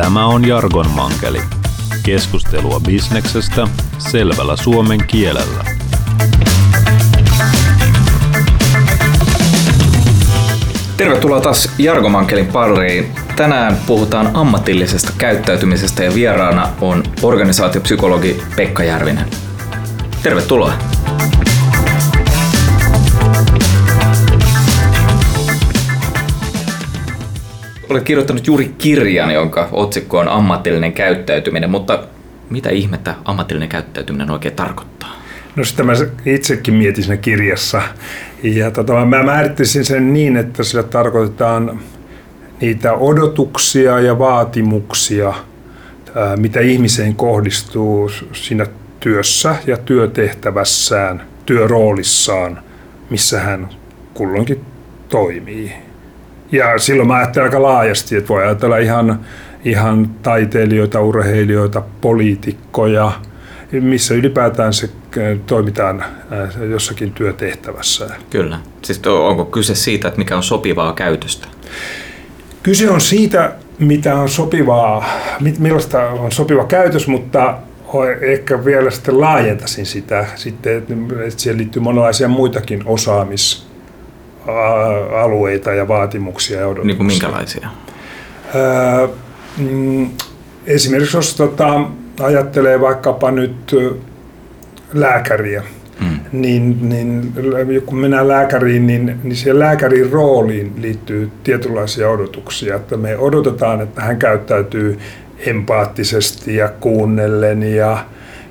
Tämä on Jargon Mankeli. Keskustelua bisneksestä selvällä suomen kielellä. Tervetuloa taas Jargon Mankelin pariin. Tänään puhutaan ammatillisesta käyttäytymisestä ja vieraana on organisaatiopsykologi Pekka Järvinen. Tervetuloa. Olet kirjoittanut juuri kirjan, jonka otsikko on ammatillinen käyttäytyminen, mutta mitä ihmettä ammatillinen käyttäytyminen oikein tarkoittaa? No sitä mä itsekin mietin siinä kirjassa. Ja mä määrittäisin sen niin, että sillä tarkoitetaan niitä odotuksia ja vaatimuksia, mitä ihmiseen kohdistuu siinä työssä ja työtehtävässään, työroolissaan, missä hän kulloinkin toimii. Ja silloin mä ajattelen aika laajasti, että voi ajatella ihan taiteilijoita, urheilijoita, poliitikkoja, missä ylipäätään se toimitaan jossakin työtehtävässä. Kyllä. Siis onko kyse siitä, että mikä on sopivaa käytöstä? Kyse on siitä, mitä on sopivaa, millaista on sopiva käytös, mutta ehkä vielä sitten laajentaisin sitä. Sitten, että siihen liittyy monenlaisia muitakin osaamisalueita ja vaatimuksia ja odotuksia. Niin kuin minkälaisia? Esimerkiksi jos ajattelee vaikkapa nyt lääkäriä, niin kun mennään lääkäriin, niin siihen lääkärin rooliin liittyy tietynlaisia odotuksia. Että me odotetaan, että hän käyttäytyy empaattisesti ja kuunnellen ja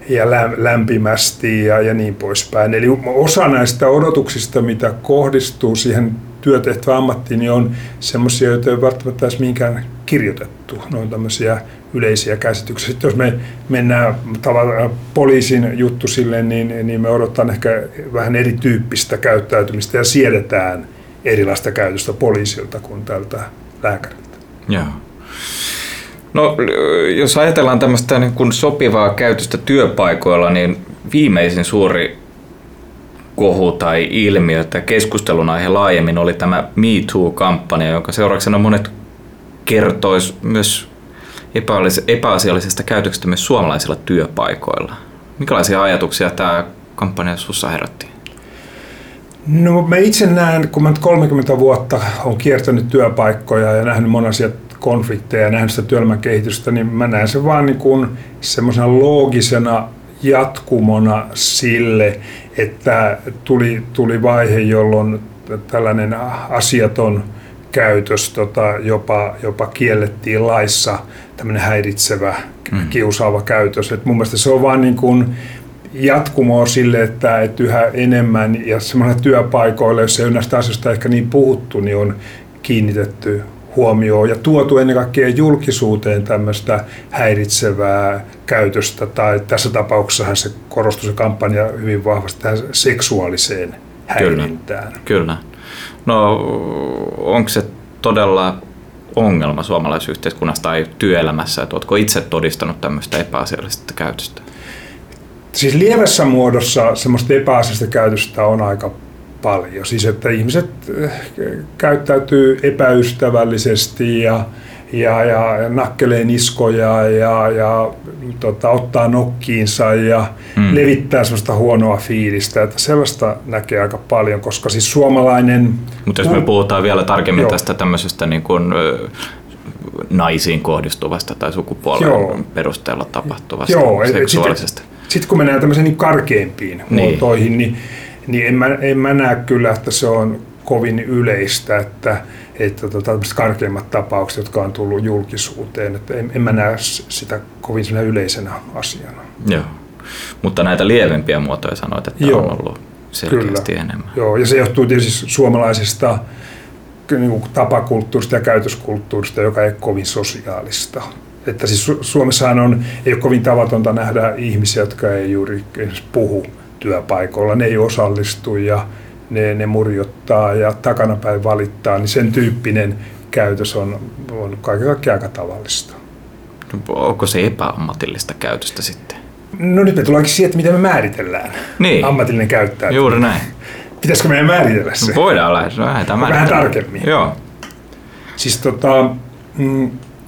lämpimästi ja niin poispäin. Eli osa näistä odotuksista, mitä kohdistuu siihen työtehtävään ammattiin, niin on semmoisia, joita ei välttämättä edes mihinkään kirjoitettu. Ne on tämmöisiä yleisiä käsityksiä. Sitten jos me mennään tavallaan poliisin juttu sille, niin me odotetaan ehkä vähän erityyppistä käyttäytymistä ja siedetään erilaista käytöstä poliisilta kuin tältä lääkäriltä. Joo. No, jos ajatellaan tämmöistä niin kuin sopivaa käytöstä työpaikoilla, niin viimeisin suuri kohu tai ilmiö tai keskustelun aihe laajemmin oli tämä Me Too-kampanja, jonka seurauksena monet kertois myös epäasiallisesta käytöksestä myös suomalaisilla työpaikoilla. Minkälaisia ajatuksia tämä kampanja sinussa herätti? No mä itse näen, kun mä 30 vuotta olen kiertänyt työpaikkoja ja nähnyt monenlaisia konflikteja ja nähnyt sitä työelämän kehitystä, niin mä näen sen vaan niin kuin semmoisena loogisena jatkumona sille, että tuli vaihe, jolloin tällainen asiaton käytös jopa kiellettiin laissa, tämmöinen häiritsevä, kiusaava käytös. Et mun mielestä se on vaan niin kuin jatkumoa sille, että yhä enemmän ja semmoisilla työpaikoilla, jos ei ole näistä asioista ehkä niin puhuttu, niin on kiinnitetty huomioon ja tuotu ennen kaikkea julkisuuteen tämmöistä häiritsevää käytöstä, tai tässä tapauksessahan se korostui se kampanja hyvin vahvasti tähän seksuaaliseen häirintään. Kyllä. No onko se todella ongelma suomalaisessa yhteiskunnassa tai työelämässä, että oletko itse todistanut tämmöistä epäasiallisesta käytöstä? Siis lievässä muodossa semmoista epäasiallista käytöstä on aika paljon. Siis että ihmiset käyttäytyy epäystävällisesti ja nakkelee niskoja ja ottaa nokkiinsa ja levittää semmoista huonoa fiilistä. Että sellaista näkee aika paljon, koska siis suomalainen... Mutta jos me puhutaan vielä tarkemmin tästä tämmöisestä niin kuin naisiin kohdistuvasta tai sukupuolen perusteella tapahtuvasta seksuaalisesta. Sitten kun mennään tämmöisiin niin karkeimpiin muotoihin, niin en mä näe kyllä, että se on kovin yleistä, että tämmöiset karkeimmat tapaukset, jotka on tullut julkisuuteen, että en mä näe sitä kovin yleisenä asiana. Joo, mutta näitä lievempiä muotoja sanoit, että on ollut selkeästi enemmän. Joo, ja se johtuu tietysti suomalaisesta niin tapakulttuurista ja käytöskulttuurista, joka ei ole kovin sosiaalista. Että siis Suomessahan ei ole kovin tavatonta nähdä ihmisiä, jotka ei juuri puhu työpaikoilla, ne ei osallistu ja ne murjottaa ja takanapäin valittaa, niin sen tyyppinen käytös on kaiken kaikkiaan aika tavallista. Onko se epäammatillista käytöstä sitten? No nyt me tullaankin siihen, että miten me määritellään ammatillinen käyttäytyminen. Juuri näin. Pitäisikö meidän määritellä se? Voidaan lähteä vähän tarkemmin. Joo. Siis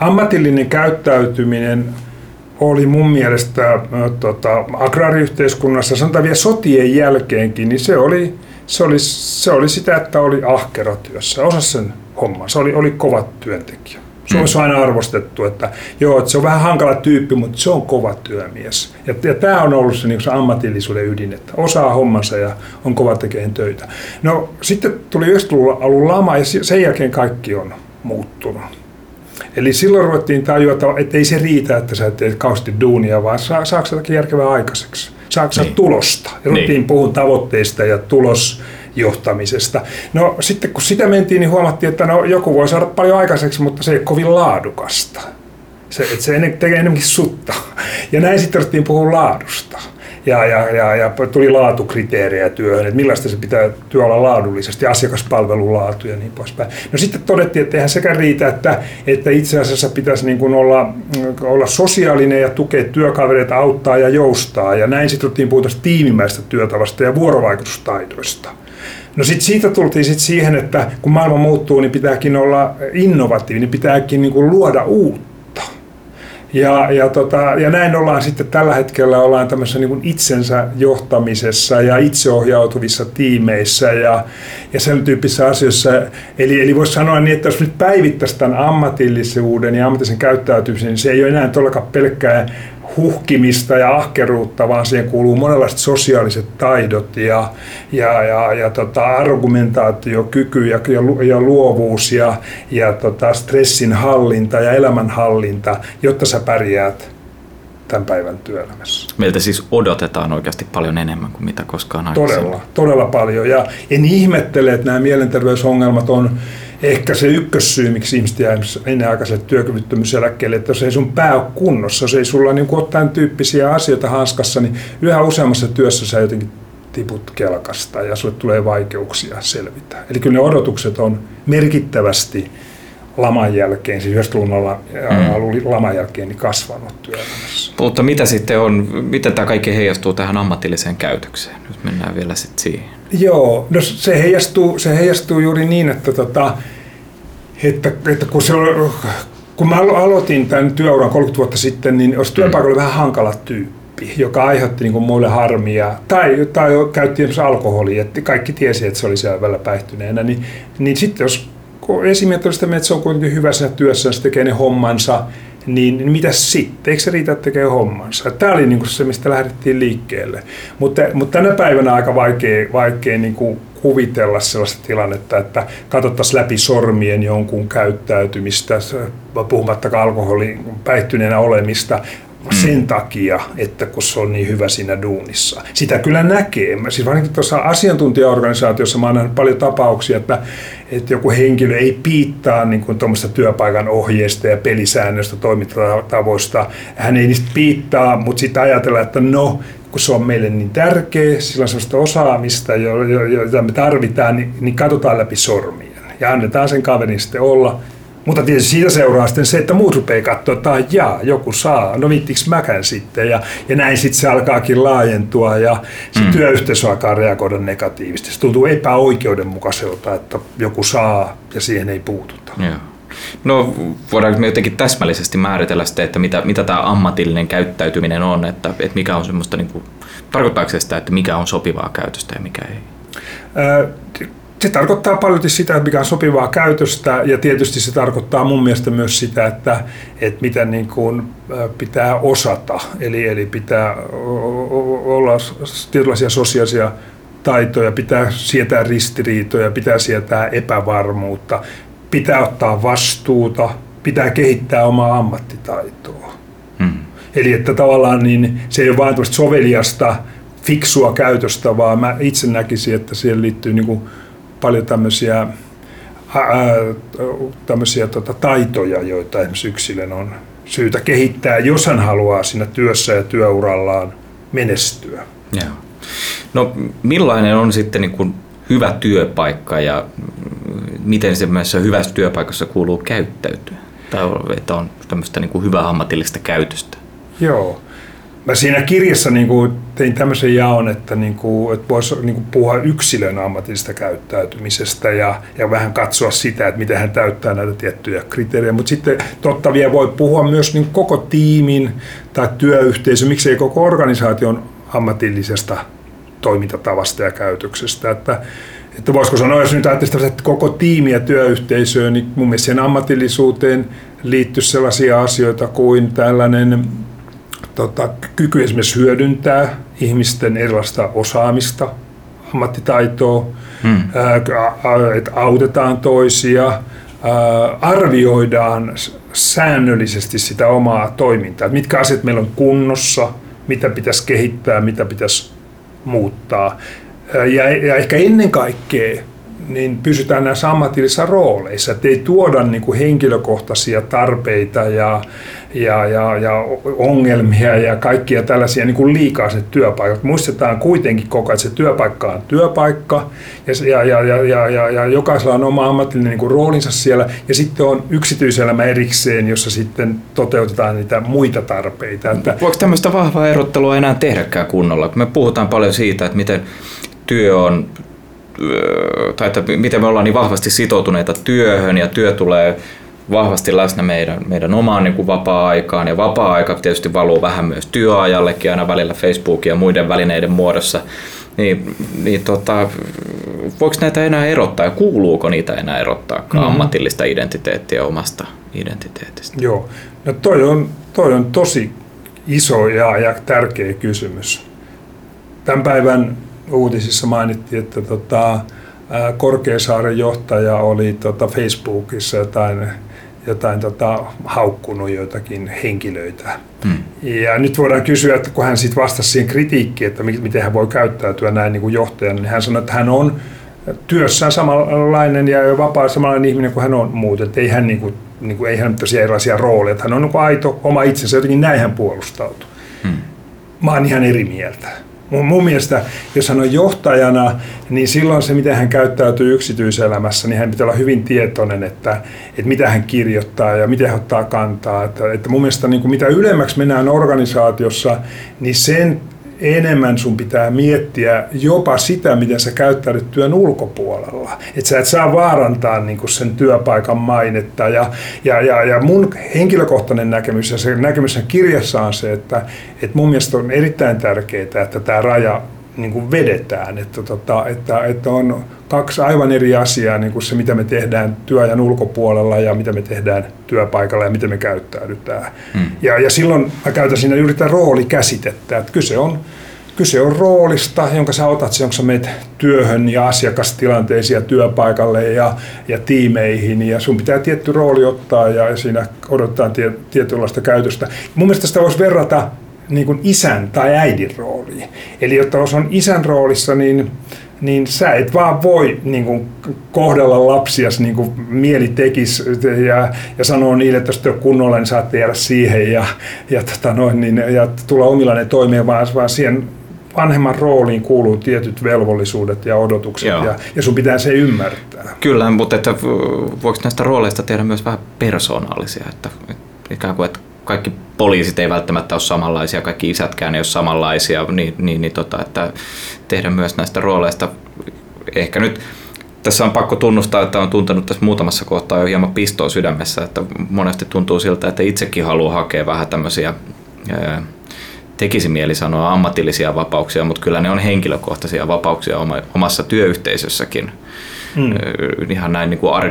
ammatillinen käyttäytyminen oli mun mielestä agraariyhteiskunnassa, sanotaan vielä sotien jälkeenkin, niin se oli sitä, että oli ahkera työssä, osasi sen homman, se oli kova työntekijä. Suomessa on aina arvostettu, että joo, että se on vähän hankala tyyppi, mutta se on kova työmies. Ja tämä on ollut se, niin se ammatillisuuden ydin, että osaa hommansa ja on kova tekemään töitä. No sitten tuli 90-luvun alun lama ja sen jälkeen kaikki on muuttunut. Eli silloin ruvettiin tajuta, että ei se riitä, että sä teet kauheasti duunia, vaan saako jotakin järkevää aikaiseksi? Saako niin tulosta? Ja ruvettiin puhumaan tavoitteista ja tulosjohtamisesta. No sitten kun sitä mentiin, niin huomattiin, että no, joku voi saada paljon aikaiseksi, mutta se ei ole kovin laadukasta. Se tekee enemmänkin sutta. Ja näin sitten ruvettiin puhua laadusta. Ja tuli laatukriteerejä työhön, että millaista se pitää työ olla laadullisesti, asiakaspalvelun laatu ja niin poispäin. No sitten todettiin, että eihän sekä riitä, että itse asiassa pitäisi niin kuin olla sosiaalinen ja tukea työkavereita, auttaa ja joustaa. Ja näin sitten ruvettiin puhuta tiimimäistä työtavasta ja vuorovaikutustaidoista. No sitten siitä tultiin siihen, että kun maailma muuttuu, niin pitääkin olla innovatiivinen, pitääkin niin kuin luoda uutta. Ja näin ollaan sitten tällä hetkellä tämmöisessä niin kuin itsensä johtamisessa ja itseohjautuvissa tiimeissä ja sen tyyppisissä asioissa. Eli voisi sanoa niin, että jos nyt päivittäisi tämän ammatillisuuden ja ammatillisen käyttäytymisen, niin se ei ole enää todellakaan pelkkää huhkimista ja ahkeruutta, vaan siihen kuuluu monenlaiset sosiaaliset taidot ja argumentaatiokyky ja luovuus ja stressin hallinta ja elämänhallinta, jotta sä pärjäät tämän päivän työelämässä. Meiltä siis odotetaan oikeasti paljon enemmän kuin mitä koskaan aikaisemmin. Todella paljon. Ja en ihmettele, että nämä mielenterveysongelmat on ehkä se ykkössyy, miksi ihmiset jää ennenaikaiselle työkyvyttömyyseläkkeelle, että jos ei sun pää ole kunnossa, jos ei sulla niin ole tämän tyyppisiä asioita hanskassa, niin yhä useammassa työssä sä jotenkin tiput kelkasta ja sulle tulee vaikeuksia selvitä. Eli kyllä ne odotukset on merkittävästi laman jälkeen, siis 90-luvun alun laman jälkeen, niin kasvanut työelämässä. Mutta mitä sitten on, miten tämä kaikki heijastuu tähän ammatilliseen käytökseen? Nyt mennään vielä sitten siihen. Joo, no se heijastuu juuri niin, että kun mä aloitin tämän työuran 30 vuotta sitten, niin olisi työpaikalla vähän hankala tyyppi, joka aiheutti niin kuin muille harmia, tai käytti alkoholia, että kaikki tiesi, että se oli siellä välillä päihtyneenä, niin sitten jos esimerkiksi oli sitä, että se on kuitenkin hyvä siinä työssä, se tekee ne hommansa, niin mitäs sitten? Eikö se riitä, että tekee hommansa? Tämä oli niinku se, mistä lähdettiin liikkeelle. Mutta tänä päivänä aika vaikea niinku kuvitella sellaista tilannetta, että katsottaisiin läpi sormien jonkun käyttäytymistä, puhumattakaan alkoholin päihtyneenä olemista, sen takia, että kun se on niin hyvä siinä duunissa. Sitä kyllä näkee. Siis varsinkin tuossa asiantuntijaorganisaatiossa mä oon nähnyt paljon tapauksia, että joku henkilö ei piittaa niin kuin tuommoista työpaikan ohjeista ja pelisäännöistä, toimintatavoista. Hän ei niistä piittaa, mutta sitten ajatellaan, että no, kun se on meille niin tärkeä, sillä on sellaista osaamista, jota me tarvitaan, niin katsotaan läpi sormien ja annetaan sen kaverin sitten olla. Mutta tietysti siitä seuraa sitten se, että muut rupeaa katsoa, että joku saa, no vittiks mäkään sitten. Ja näin sitten se alkaakin laajentua ja se työyhteisö alkaa reagoida negatiivisesti. Se tuntuu epäoikeudenmukaiselta, että joku saa ja siihen ei puututa. Joo. No voidaanko me jotenkin täsmällisesti määritellä sitä, että mitä tämä ammatillinen käyttäytyminen on, että mikä on semmoista, niin kuin, tarkoittaako se sitä, että mikä on sopivaa käytöstä ja mikä ei? Se tarkoittaa paljon sitä, mikä on sopivaa käytöstä, ja tietysti se tarkoittaa mun mielestä myös sitä, että mitä niin kuin pitää osata. Eli pitää olla tietynlaisia sosiaalisia taitoja, pitää sietää ristiriitoja, pitää sietää epävarmuutta, pitää ottaa vastuuta, pitää kehittää omaa ammattitaitoa. Eli että tavallaan niin se ei ole vain soveliasta, fiksua käytöstä, vaan mä itse näkisin, että siihen liittyy niin kuin paljon tämmöisiä taitoja, joita esimerkiksi yksilön on syytä kehittää, jos hän haluaa siinä työssä ja työurallaan menestyä. Joo. No millainen on sitten niin kuin hyvä työpaikka ja miten semmoisessa hyvässä työpaikassa kuuluu käyttäytyä? Tai että on tämmöistä niin kuin hyvää ammatillista käytöstä? Joo. Mä siinä kirjassa niin kuin tein tämmöisen jaon, että, niin kuin, että voisi niin kuin puhua yksilön ammatillisesta käyttäytymisestä ja vähän katsoa sitä, että miten hän täyttää näitä tiettyjä kriteerejä. Mutta sitten totta vielä voi puhua myös niin koko tiimin tai työyhteisön, miksei koko organisaation ammatillisesta toimintatavasta ja käytöksestä. Että voisiko sanoa, jos nyt ajattelisi että koko tiimi ja työyhteisöä, niin mun mielestä sen ammatillisuuteen liittyy sellaisia asioita kuin tällainen kyky esimerkiksi hyödyntää ihmisten erilaista osaamista, ammattitaitoa, että autetaan toisia, arvioidaan säännöllisesti sitä omaa toimintaa, että mitkä asiat meillä on kunnossa, mitä pitäisi kehittää, mitä pitäisi muuttaa. Ja ehkä ennen kaikkea niin pysytään näissä ammatillisissa rooleissa, että ei tuoda niin kuin henkilökohtaisia tarpeita ja ongelmia ja kaikkia tällaisia niin kuin liikaa sinne työpaikalle. Muistetaan kuitenkin koko ajan, että se työpaikka on työpaikka ja jokaisella on oma ammatillinen niin kuin roolinsa siellä ja sitten on yksityiselämä erikseen, jossa sitten toteutetaan niitä muita tarpeita. Voiko tämmöistä vahvaa erottelua enää tehdäkään kunnolla? Me puhutaan paljon siitä, että miten työ on tai että miten me ollaan niin vahvasti sitoutuneita työhön ja työ tulee vahvasti läsnä meidän omaan niin kuin vapaa-aikaan ja vapaa-aika tietysti valuu vähän myös työajallekin aina välillä Facebookin ja muiden välineiden muodossa, voiko näitä enää erottaa ja kuuluuko niitä enää erottaakaan ammatillista identiteettiä omasta identiteetistä? Joo, no toi on tosi iso ja tärkeä kysymys. Tämän päivän uutisissa mainittiin, että Korkeasaaren johtaja oli Facebookissa jotain haukkunut joitakin henkilöitä. Ja nyt voidaan kysyä, että kun hän sitten vastasi siihen kritiikkiin, että miten hän voi käyttäytyä näin niin kuin johtajana, niin hän sanoi, että hän on työssään samanlainen ja vapaa samanlainen ihminen kuin hän on muuten. Ei hän, ei hän tosiaan erilaisia rooleja, että hän on niin aito oma itsensä, jotenkin näin hän puolustautuu. Mä oon ihan eri mieltä. Mun mielestä, jos hän on johtajana, niin silloin se, miten hän käyttäytyy yksityiselämässä, niin hän pitää olla hyvin tietoinen, että mitä hän kirjoittaa ja miten hän ottaa kantaa. Että mun mielestä niin kuin mitä ylemmäksi mennään organisaatiossa, niin sen enemmän sun pitää miettiä jopa sitä, miten sä käyttäydyt työn ulkopuolella. Että sä et saa vaarantaa niin kuin sen työpaikan mainetta. Ja mun henkilökohtainen näkemys ja se näkemys kirjassa on se, että mun mielestä on erittäin tärkeää, että tämä raja niin kuin vedetään. Että on kaksi aivan eri asiaa, niin kuin se mitä me tehdään työajan ulkopuolella ja mitä me tehdään työpaikalla ja miten me käyttäydytään. Ja silloin mä käytän siinä juuri tätä roolikäsitettä, että kyse on roolista, jonka sä otat, jonka sä menet työhön ja asiakastilanteisiin ja työpaikalle ja tiimeihin ja sun pitää tietty rooli ottaa ja siinä odotetaan tietynlaista käytöstä. Mun mielestä sitä voisi verrata niin kuin isän tai äidin rooliin. Eli jotta jos on isän roolissa, niin sä et vaan voi niin kuin kohdella lapsias niin kuin mieli tekisi ja sanoa niille, että jos te ole kunnolla, niin saatte jäädä siihen ja tulla omillainen toimeen, vaan siihen vanhemman rooliin kuuluu tietyt velvollisuudet ja odotukset ja sun pitää se ymmärtää. Kyllä, mutta että voiko näistä rooleista tehdä myös vähän persoonallisia, että ikään kuin, että kaikki poliisit ei välttämättä ole samanlaisia, kaikki isätkään ei ole samanlaisia, että tehdä myös näistä rooleista. Ehkä nyt tässä on pakko tunnustaa, että on tuntenut tässä muutamassa kohtaa jo hieman pistoa sydämessä, että monesti tuntuu siltä, että itsekin haluaa hakea vähän tämmöisiä, tekisi mieli sanoa ammatillisia vapauksia, mutta kyllä ne on henkilökohtaisia vapauksia omassa työyhteisössäkin, ihan näin niin kuin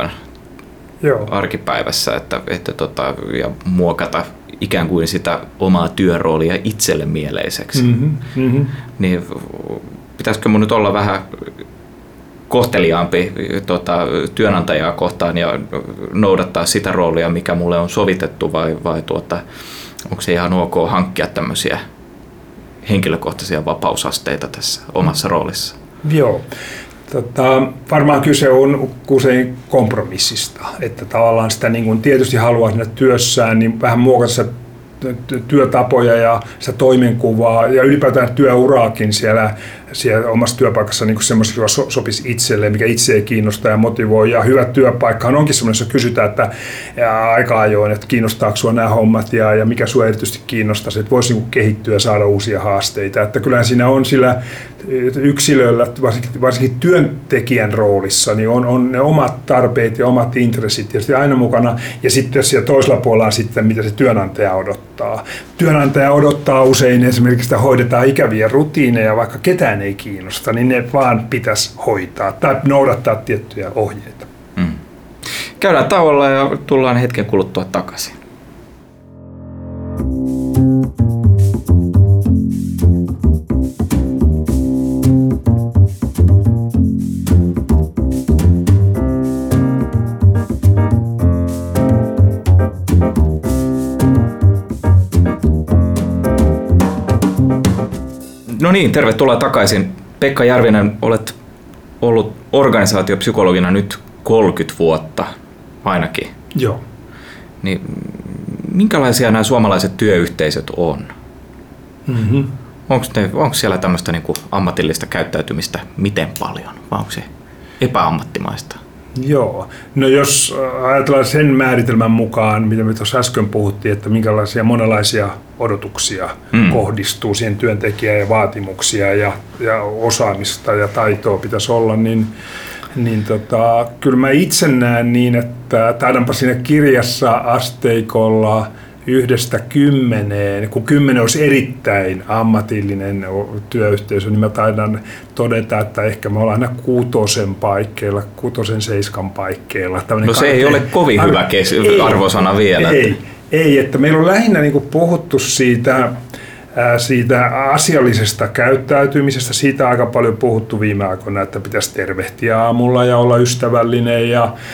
arkipäivässä, ja muokata ikään kuin sitä omaa työroolia itselle mieleiseksi. Niin pitäisikö mun nyt olla vähän kohteliaampi työnantajaa kohtaan ja noudattaa sitä roolia, mikä mulle on sovitettu, vai onko se ihan ok hankkia tämmöisiä henkilökohtaisia vapausasteita tässä omassa roolissa? Joo. Varmaan kyse on usein kompromissista, että tavallaan sitä niin kuin tietysti haluaa siinä työssään niin vähän muokata työtapoja ja sitä toimenkuvaa ja ylipäätään työuraakin siellä siellä omassa työpaikassa niin semmoista, joka sopisi itselleen, mikä itseä kiinnostaa ja motivoi. Ja hyvä työpaikkahan onkin semmoinen, jossa kysytään, että aika ajoin, että kiinnostaako sinua nämä hommat ja mikä sinua erityisesti kiinnostaisi, että voisi niin kehittyä ja saada uusia haasteita. Että kyllähän siinä on sillä yksilöllä, varsinkin työntekijän roolissa, niin on ne omat tarpeet ja omat intressit tietysti aina mukana. Ja sitten siellä toisella puolella sitten, mitä se työnantaja odottaa. Työnantaja odottaa usein esimerkiksi, että hoidetaan ikäviä rutiineja, vaikka ketään ei kiinnosta, niin ne vaan pitäisi hoitaa tai noudattaa tiettyjä ohjeita. Käydään tauolla ja tullaan hetken kuluttua takaisin. No niin, tervetuloa takaisin. Pekka Järvinen, olet ollut organisaatiopsykologina nyt 30 vuotta ainakin. Joo. Niin, minkälaisia nämä suomalaiset työyhteisöt on? Mm-hmm. Onko siellä tämmöistä niin kuin ammatillista käyttäytymistä miten paljon, vai onko se epäammattimaista? Joo. No jos ajatellaan sen määritelmän mukaan, mitä me tuossa äsken puhuttiin, että minkälaisia monenlaisia odotuksia kohdistuu siihen työntekijään ja vaatimuksia ja osaamista ja taitoa pitäisi olla, niin kyllä mä itse näen niin, että taidanpa siinä kirjassa asteikolla 1–10, kun 10 olisi erittäin ammatillinen työyhteisö, niin mä taidan todeta, että ehkä me ollaan aina 6 paikkeilla, 6–7 paikkeilla. No se ei ole kovin hyvä arvosana vielä. Ei, että meillä on lähinnä niin kuin puhuttu siitä asiallisesta käyttäytymisestä. Siitä on aika paljon puhuttu viime aikoina, että pitäisi tervehtiä aamulla ja olla ystävällinen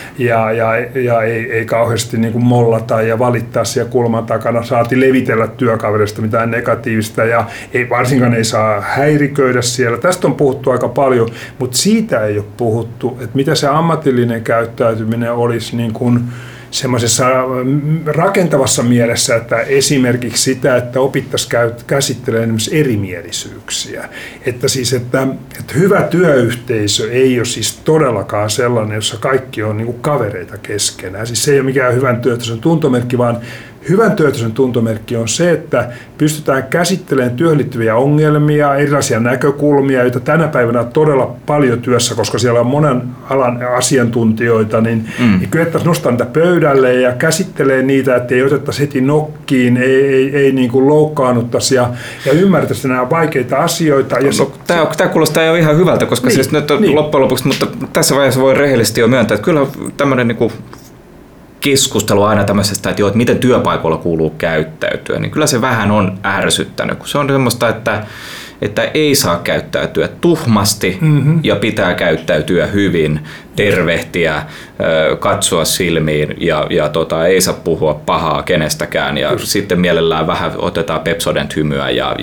ja ei kauheasti niin kuin mollata ja valittaa siellä kulman takana. Saati levitellä työkaverista mitään negatiivista ja varsinkaan ei saa häiriköidä siellä. Tästä on puhuttu aika paljon, mutta siitä ei ole puhuttu, että mitä se ammatillinen käyttäytyminen olisi niin kuin semmoisessa rakentavassa mielessä, että esimerkiksi sitä, että opittaisiin käsittelemään erimielisyyksiä. Että siis, että hyvä työyhteisö ei ole siis todellakaan sellainen, jossa kaikki on niin kuin kavereita keskenään. Siis se ei ole mikään hyvän työyhteisön tuntomerkki, vaan hyvän työyhteisön tuntomerkki on se, että pystytään käsittelemään työhön liittyviä ongelmia, erilaisia näkökulmia, joita tänä päivänä on todella paljon työssä, koska siellä on monen alan asiantuntijoita, niin kyettäisiin nostamaan niitä pöydälle ja käsittelee niitä, että ei otettaisi heti nokkiin, ei niin kuin loukkaannuttaisi ja ymmärtäisi nämä vaikeita asioita. Tämä kuulostaa jo ihan hyvältä, koska siis nyt loppujen lopuksi, mutta tässä vaiheessa voi rehellisesti jo myöntää, että kyllä tämmöinen niin kuin keskustelu aina tämmöisestä, että miten työpaikoilla kuuluu käyttäytyä, niin kyllä se vähän on ärsyttänyt, kun se on semmoista, että ei saa käyttäytyä tuhmasti ja pitää käyttäytyä hyvin, tervehtiä, katsoa silmiin ja ei saa puhua pahaa kenestäkään ja sitten mielellään vähän otetaan Pepsodent-hymyä ja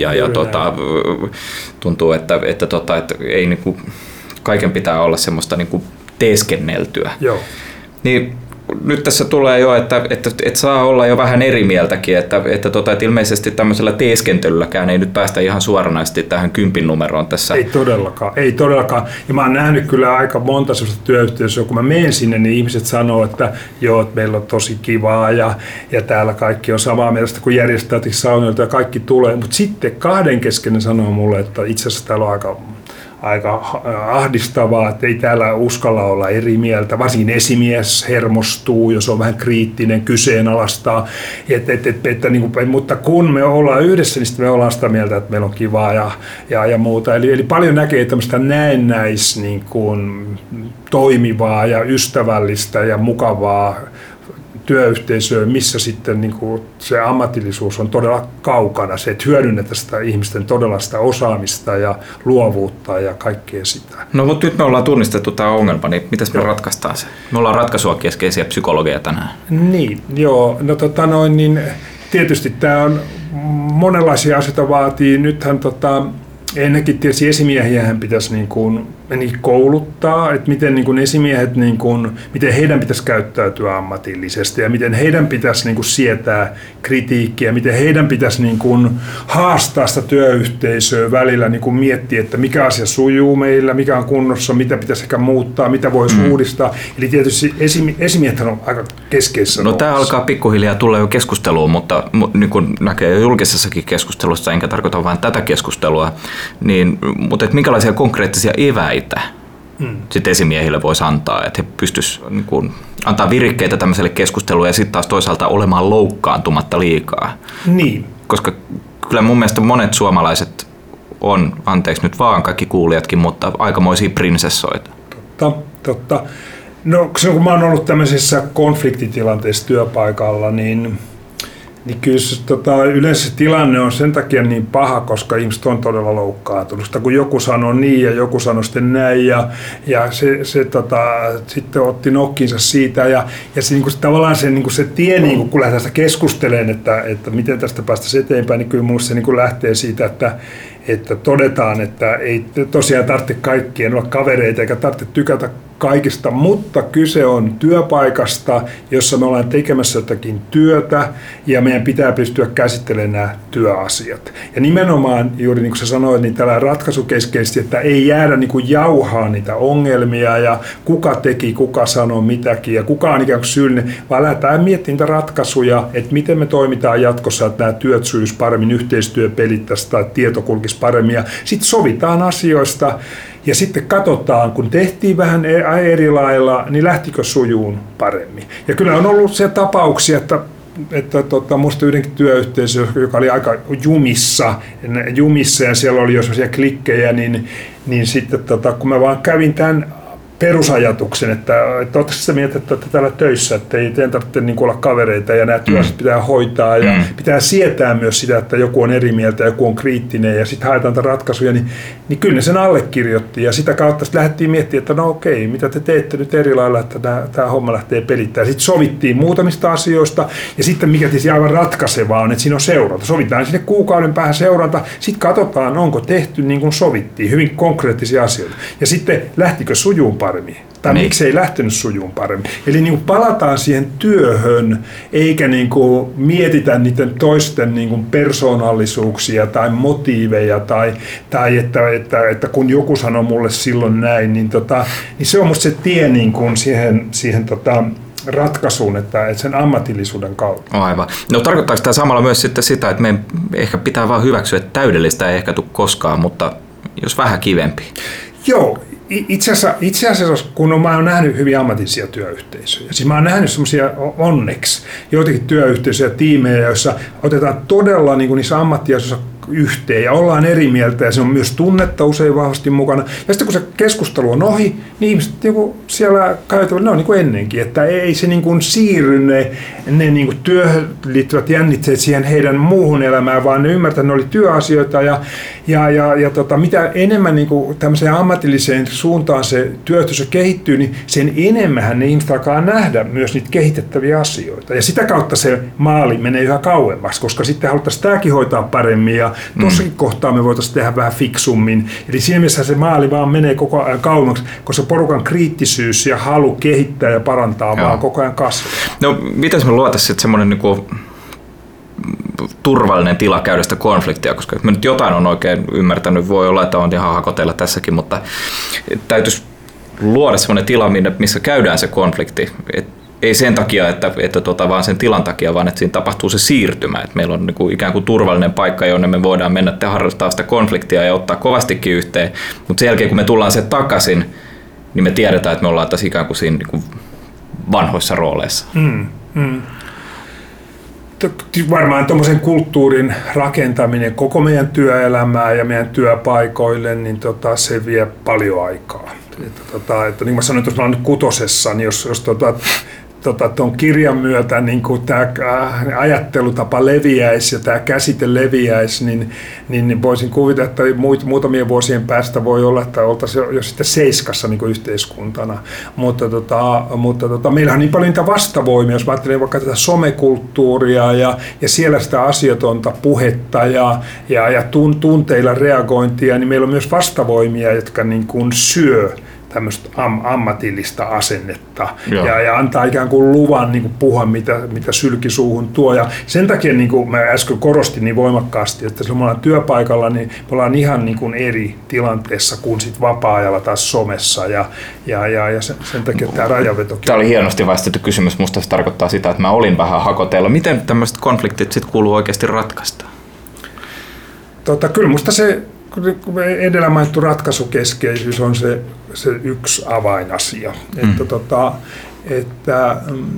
tuntuu, että ei niinku, kaiken pitää olla semmoista niinku teeskenneltyä. Joo. Niin, nyt tässä tulee jo, että saa olla jo vähän eri mieltäkin, että ilmeisesti tämmöisellä teeskentelylläkään ei nyt päästä ihan suoranaisesti tähän 10 numeroon tässä. Ei todellakaan. Ja mä oon nähnyt kyllä aika monta sellaista työyhteisöä, kun mä menen sinne, niin ihmiset sanoo, että joo, että meillä on tosi kivaa ja täällä kaikki on samaa mieltä, kun järjestetään saunoilta ja kaikki tulee. Mutta sitten kahden kesken ne sanoo mulle, että itse asiassa täällä on aika ahdistavaa, että ei täällä uskalla olla eri mieltä. Varsinkin esimies hermostuu, jos on vähän kriittinen, kyseenalaistaa. Mutta kun me ollaan yhdessä, niin me ollaan sitä mieltä, että meillä on kivaa ja muuta. Eli paljon näkee tämmöistä näennäis niin kuin toimivaa ja ystävällistä ja mukavaa työyhteisöä, missä sitten niin kuin se ammatillisuus on todella kaukana, se, että hyödynnetään sitä ihmisten todella sitä osaamista ja luovuutta ja kaikkea sitä. No mutta nyt me ollaan tunnistettu tämä ongelma, niin mitäs me ratkaistaan se? Me ollaan ratkaisua keskeisiä psykologeja tänään. Niin, joo. No niin tietysti tämä on monenlaisia asioita vaatii. Nythän ennenkin tietysti esimiehiähän pitäisi niin kuin niin kouluttaa, että miten niin kuin esimiehet, niin kuin, miten heidän pitäisi käyttäytyä ammatillisesti ja miten heidän pitäisi niin kuin sietää kritiikkiä, miten heidän pitäisi niin kuin haastaa sitä työyhteisöä välillä, niin kuin miettiä, että mikä asia sujuu meillä, mikä on kunnossa, mitä pitäisi ehkä muuttaa, mitä voisi uudistaa. Eli tietysti esimiehet on aika keskeisessä roolissa. Tämä alkaa pikkuhiljaa tulla jo keskusteluun, mutta niin kuin näkee jo julkisessakin keskustelussa, enkä tarkoita vain tätä keskustelua, niin, mutta että minkälaisia konkreettisia eväitä sitten esimiehille voisi antaa, että he pystyisivät niin antaa virikkeitä tämmöiselle keskustelulle ja sitten taas toisaalta olemaan loukkaantumatta liikaa. Niin. Koska kyllä mun mielestä monet suomalaiset on, anteeksi nyt vaan kaikki kuulijatkin, mutta aikamoisia prinsessoita. Totta. No kun mä oon ollut tämmöisissä konfliktitilanteissa työpaikalla, niin kyllä yleensä se tilanne on sen takia niin paha, koska ihmiset on todella loukkaantunut. Kun joku sanoo niin ja joku sanoo sitten näin ja se sitten otti nokkinsa siitä ja se, niin kuin, tavallaan se tie, niin kuin, kun lähdetään sitä keskustelemaan, että miten tästä päästäisiin eteenpäin, niin kyllä minusta se niin kuin lähtee siitä, että todetaan, että ei tosiaan tarvitse kaikkien olla kavereita eikä tarvitse tykätä kaikista, mutta kyse on työpaikasta, jossa me ollaan tekemässä jotakin työtä ja meidän pitää pystyä käsittelemään nämä työasiat. Ja nimenomaan, juuri niin kuin sä sanoit, niin tällä ratkaisukeskeisesti, että ei jäädä niin kuin jauhaa niitä ongelmia ja kuka teki, kuka sanoi mitäkin ja kuka on ikään kuin syyllinen, vaan lähdetään miettimään niitä ratkaisuja, että miten me toimitaan jatkossa, että nämä työt sujuisi paremmin, yhteistyö pelittäisi tai tieto kulkisi paremmin ja sitten sovitaan asioista. Ja sitten katsotaan, kun tehtiin vähän eri lailla, niin lähtikö sujuun paremmin. Ja kyllä on ollut se tapauksia, että musta yhdenkin työyhteisö, joka oli aika jumissa ja siellä oli jo sellaisia klikkejä, niin sitten kun mä vaan kävin tämän perusajatuksen, että oletteko sitä mieltä, että olette täällä töissä, että ei teidän tarvitse niin olla kavereita ja nämä työt pitää hoitaa ja pitää sietää myös sitä, että joku on eri mieltä ja joku on kriittinen ja sitten haetaan ratkaisuja, niin kyllä ne sen allekirjoitti ja sitä kautta sitten lähdettiin miettimään, että no okei, mitä te teette nyt eri lailla, että tämä homma lähtee pelittämään. Sitten sovittiin muutamista asioista ja sitten mikä tietysti aivan ratkaisevaa on, että siinä on seuranta. Sovitaan sinne kuukauden päähän seuranta, sitten katsotaan, onko tehty niin kuin sovittiin, hyvin konkreettisia asioita. Ja sitten lähtikö sujuun paremmin. Tai miksi ei lähtenyt sujuun paremmin. Eli niin kuin palataan siihen työhön, eikä niin kuin mietitä niiden toisten niin kuin persoonallisuuksia tai motiiveja, tai että kun joku sanoo mulle silloin näin, niin se on musta se tie niin kuin siihen ratkaisuun, että sen ammatillisuuden kautta. Aivan. No tarkoittaako tämä samalla myös sitten sitä, että meidän ehkä pitää vaan hyväksyä, että täydellistä ei ehkä tule koskaan, mutta jos vähän kivempi? Joo. Itse asiassa, kun mä oon nähnyt hyvin ammatillisia työyhteisöjä, siis mä oon nähnyt semmoisia onneksi joitakin työyhteisöjä, tiimejä, joissa otetaan todella niin kuin niissä ammattiasioissa yhteen ja ollaan eri mieltä ja se on myös tunnetta usein vahvasti mukana. Ja sitten kun se keskustelu on ohi, niin ihmiset niin kuin siellä käytävät, ne on niin kuin ennenkin, että ei se niin kuin siirry ne niin kuin työhön liittyvät jännitteet siihen heidän muuhun elämään, vaan ne ymmärtää, että ne oli työasioita ja mitä enemmän niin kuin tämmöiseen ammatilliseen suuntaan se työyhteisö kehittyy, niin sen enemmän ne ihmiset alkaa nähdä myös niitä kehitettäviä asioita. Ja sitä kautta se maali menee yhä kauemmaksi, koska sitten haluttaisiin tämäkin hoitaa paremmin ja tuossakin kohtaa me voitaisiin tehdä vähän fiksummin. Eli siinä mielessä se maali vaan menee koko ajan kauemmaksi, koska porukan kriittisyys ja halu kehittää ja parantaa vaan koko ajan kasvaa. No, mitäs me luotaisiin sitten semmoinen niinku turvallinen tila käydä sitä konfliktia, koska mä nyt jotain on oikein ymmärtänyt, voi olla, että on ihan hakotella tässäkin, mutta täytyisi luoda semmoinen tila, missä käydään se konflikti. Ei sen takia, että vaan sen tilan takia, vaan että siinä tapahtuu se siirtymä. Että meillä on niinku ikään kuin turvallinen paikka, jonne me voidaan mennä ja harrastaa sitä konfliktia ja ottaa kovastikin yhteen. Mutta sen jälkeen, kun me tullaan se takaisin, niin me tiedetään, että me ollaan tässä ikään kuin siinä niinku vanhoissa rooleissa. Varmaan tuommoisen kulttuurin rakentaminen koko meidän työelämää ja meidän työpaikoille, niin se vie paljon aikaa. Että niin kuin mä sanoin, että jos mä olen nyt 6, niin jos tuon kirjan myötä niin tämä ajattelutapa leviäisi ja tämä käsite leviäisi, niin voisin kuvitella, että muutamien vuosien päästä voi olla, että oltaisiin jo sitten seiskassa niin yhteiskuntana. Mutta meillähän on niin paljon niitä vastavoimia, jos mä ajattelen vaikka tätä somekulttuuria ja siellä sitä asiatonta puhetta ja tunteilla reagointia, niin meillä on myös vastavoimia, jotka niin kuin syö tämmöistä ammatillista asennetta ja antaa ikään kuin luvan niin kuin puhua, mitä sylki suuhun tuo. Ja sen takia, niin kuin mä äsken korostin niin voimakkaasti, että jos me ollaan työpaikalla, niin me ollaan ihan niin kuin eri tilanteessa kuin sit vapaa-ajalla taas somessa. Ja sen takia tämä rajavetokin. Tämä oli hienosti vastettu kysymys. Musta se tarkoittaa sitä, että mä olin vähän hakoteilla. Miten tämmöiset konfliktit sitten kuuluu oikeasti ratkaista? Kyllä musta se edellä mainittu ratkaisukeskeisyys on se yksi avainasia. Että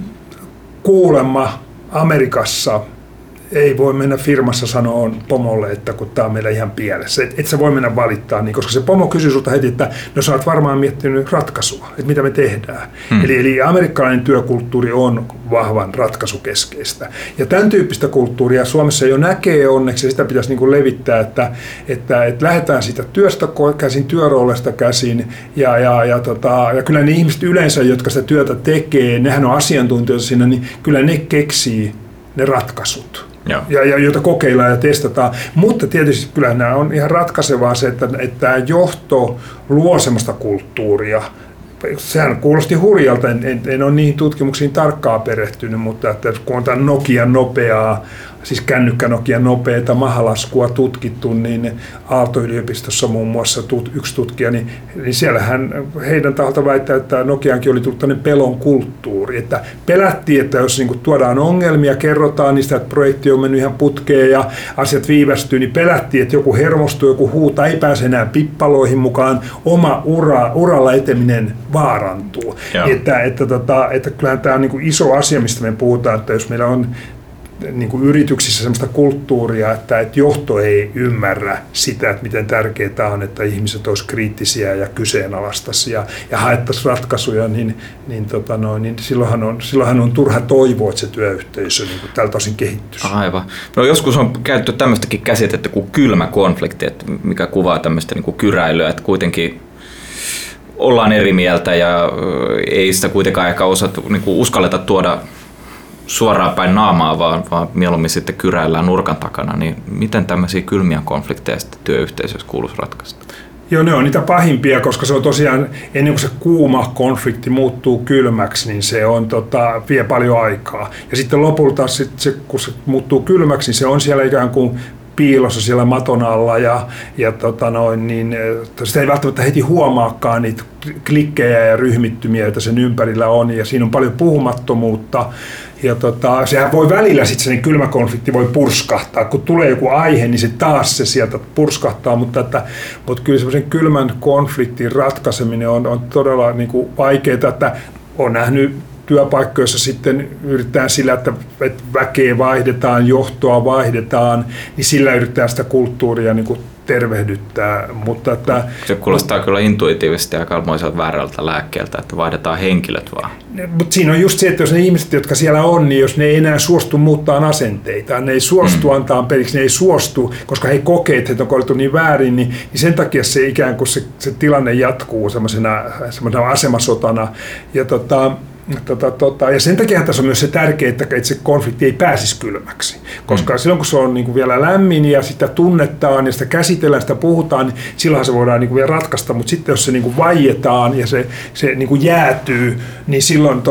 kuulemma Amerikassa ei voi mennä firmassa sanoa pomolle, että kun tämä on meillä ihan pielessä. Et sä voi mennä valittaa, niin, koska se pomo kysyy sulta heti, että no sä oot varmaan miettinyt ratkaisua, että mitä me tehdään. Eli amerikkalainen työkulttuuri on vahvan ratkaisukeskeistä. Ja tämän tyyppistä kulttuuria Suomessa jo näkee onneksi, ja sitä pitäisi niin kuin levittää, että lähdetään siitä työstä käsin, työrooleista käsin, ja kyllä ne ihmiset yleensä, jotka sitä työtä tekee, nehän on asiantuntijoita siinä, niin kyllä ne keksii ne ratkaisut. Ja joita kokeillaan ja testataan. Mutta tietysti kyllä nämä on ihan ratkaisevaa se, että tämä johto luo semmoista kulttuuria. Sehän kuulosti hurjalta, en ole niihin tutkimuksiin tarkkaan perehtynyt, mutta että kun on tämän Nokian nopeaa, siis kännykkä Nokian nopeata mahalaskua tutkittu, niin Aalto-yliopistossa muun muassa yksi tutkija, niin siellähän heidän taholta väittää, että Nokiankin oli tullut tämmöinen pelon kulttuuri, että pelättiin, että jos niin tuodaan ongelmia, kerrotaan niistä, että projekti on mennyt ihan putkeen ja asiat viivästyy, niin pelättiin, että joku hermostuu, joku huutaa, ei pääse enää pippaloihin mukaan, oma uralla eteminen vaarantuu. Että kyllähän tämä on niin kuin iso asia, mistä me puhutaan, että jos meillä on niin kuin yrityksissä sellaista kulttuuria, että johto ei ymmärrä sitä, että miten tärkeää on, että ihmiset olisivat kriittisiä ja kyseenalaistaisia ja haettaisiin ratkaisuja, niin silloinhan on turha toivoa, että se työyhteisö niin kuin tältä osin kehittyisi. Aivan. No, joskus on käytetty tämmöistäkin käsitettä kuin kylmä konflikti, mikä kuvaa tämmöistä niin kuin kyräilyä, että kuitenkin ollaan eri mieltä ja ei sitä kuitenkaan ehkä osata, niin kuin uskalleta tuoda suoraan päin naamaa, vaan mieluummin sitten kyräillään nurkan takana, niin miten tämmöisiä kylmiä konflikteja sitten työyhteisössä kuuluisi ratkaista? Joo, ne on niitä pahimpia, koska se on tosiaan, ennen kuin se kuuma konflikti muuttuu kylmäksi, niin se on, vie paljon aikaa. Ja sitten lopulta, kun se muuttuu kylmäksi, niin se on siellä ikään kuin piilossa siellä maton alla ja sitä ei välttämättä heti huomaakaan niitä klikkejä ja ryhmittymiä, joita sen ympärillä on, ja siinä on paljon puhumattomuutta. Ja sehän voi välillä sitten se kylmä konflikti voi purskahtaa, kun tulee joku aihe, niin se taas se sieltä purskahtaa, mutta kyllä semmoisen kylmän konfliktin ratkaiseminen on todella niin kuin vaikeaa, että on nähnyt työpaikkoissa sitten yritetään sillä, että väkeä vaihdetaan, johtoa vaihdetaan, niin sillä yritetään sitä kulttuuria niin kuin tervehdyttää. Mutta että, se kuulostaa kyllä intuitiivisesti ja kalmoiselta väärältä lääkkeeltä, että vaihdetaan henkilöt vaan. Mutta siinä on just se, että jos ne ihmiset, jotka siellä on, niin jos ne ei enää suostu muuttaa asenteitaan, ne ei suostu antaa periksi, ne ei suostu, koska he kokee, että he on kohdettu niin väärin, niin sen takia se ikään kuin se tilanne jatkuu semmoisena asemasotana. Ja sen takia tässä on myös se tärkeää, että se konflikti ei pääsisi kylmäksi. Koska silloin kun se on niin kuin vielä lämmin ja sitä tunnetaan ja sitä käsitellään, sitä puhutaan, niin silloin se voidaan niin kuin vielä ratkaista. Mutta sitten jos se niin kuin vaietaan ja se niin kuin jäätyy, niin silloin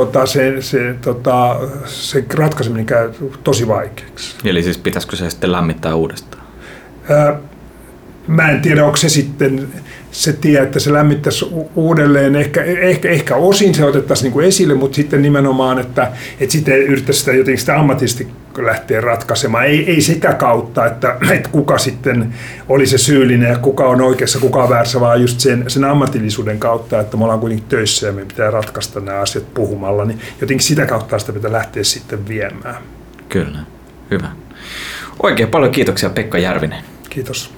se ratkaiseminen käy tosi vaikeaksi. Eli siis pitäisikö se sitten lämmittää uudestaan? Mä en tiedä, onko se sitten se tie, että se lämmittäisi uudelleen. Ehkä osin se otettaisiin niin kuin esille, mutta sitten nimenomaan, että sitten yritettäisiin sitä jotenkin sitä ammatillisesti lähteä ratkaisemaan. Ei sitä kautta, että kuka sitten oli se syyllinen ja kuka on oikeassa, kuka on väärässä, vaan just sen ammatillisuuden kautta, että me ollaan kuitenkin töissä ja me pitää ratkaista nämä asiat puhumalla, niin jotenkin sitä kautta sitä pitää lähteä sitten viemään. Kyllä, hyvä. Oikein paljon kiitoksia Pekka Järvinen. Kiitos.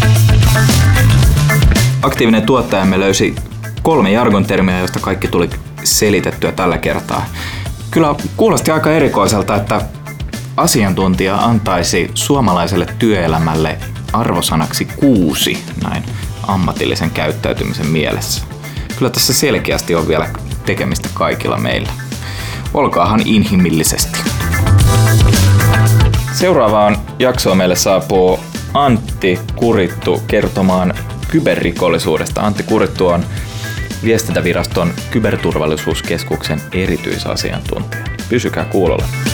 Aktiivinen tuottajamme löysi 3 jargon-termiä, joista kaikki tuli selitettyä tällä kertaa. Kyllä kuulosti aika erikoiselta, että asiantuntija antaisi suomalaiselle työelämälle arvosanaksi 6 näin ammatillisen käyttäytymisen mielessä. Kyllä tässä selkeästi on vielä tekemistä kaikilla meillä. Olkaahan inhimillisesti. Seuraavaan jaksoon meille saapuu Antti Kurittu kertomaan kyberrikollisuudesta. Antti Kurittu on Viestintäviraston kyberturvallisuuskeskuksen erityisasiantuntija. Pysykää kuulolla.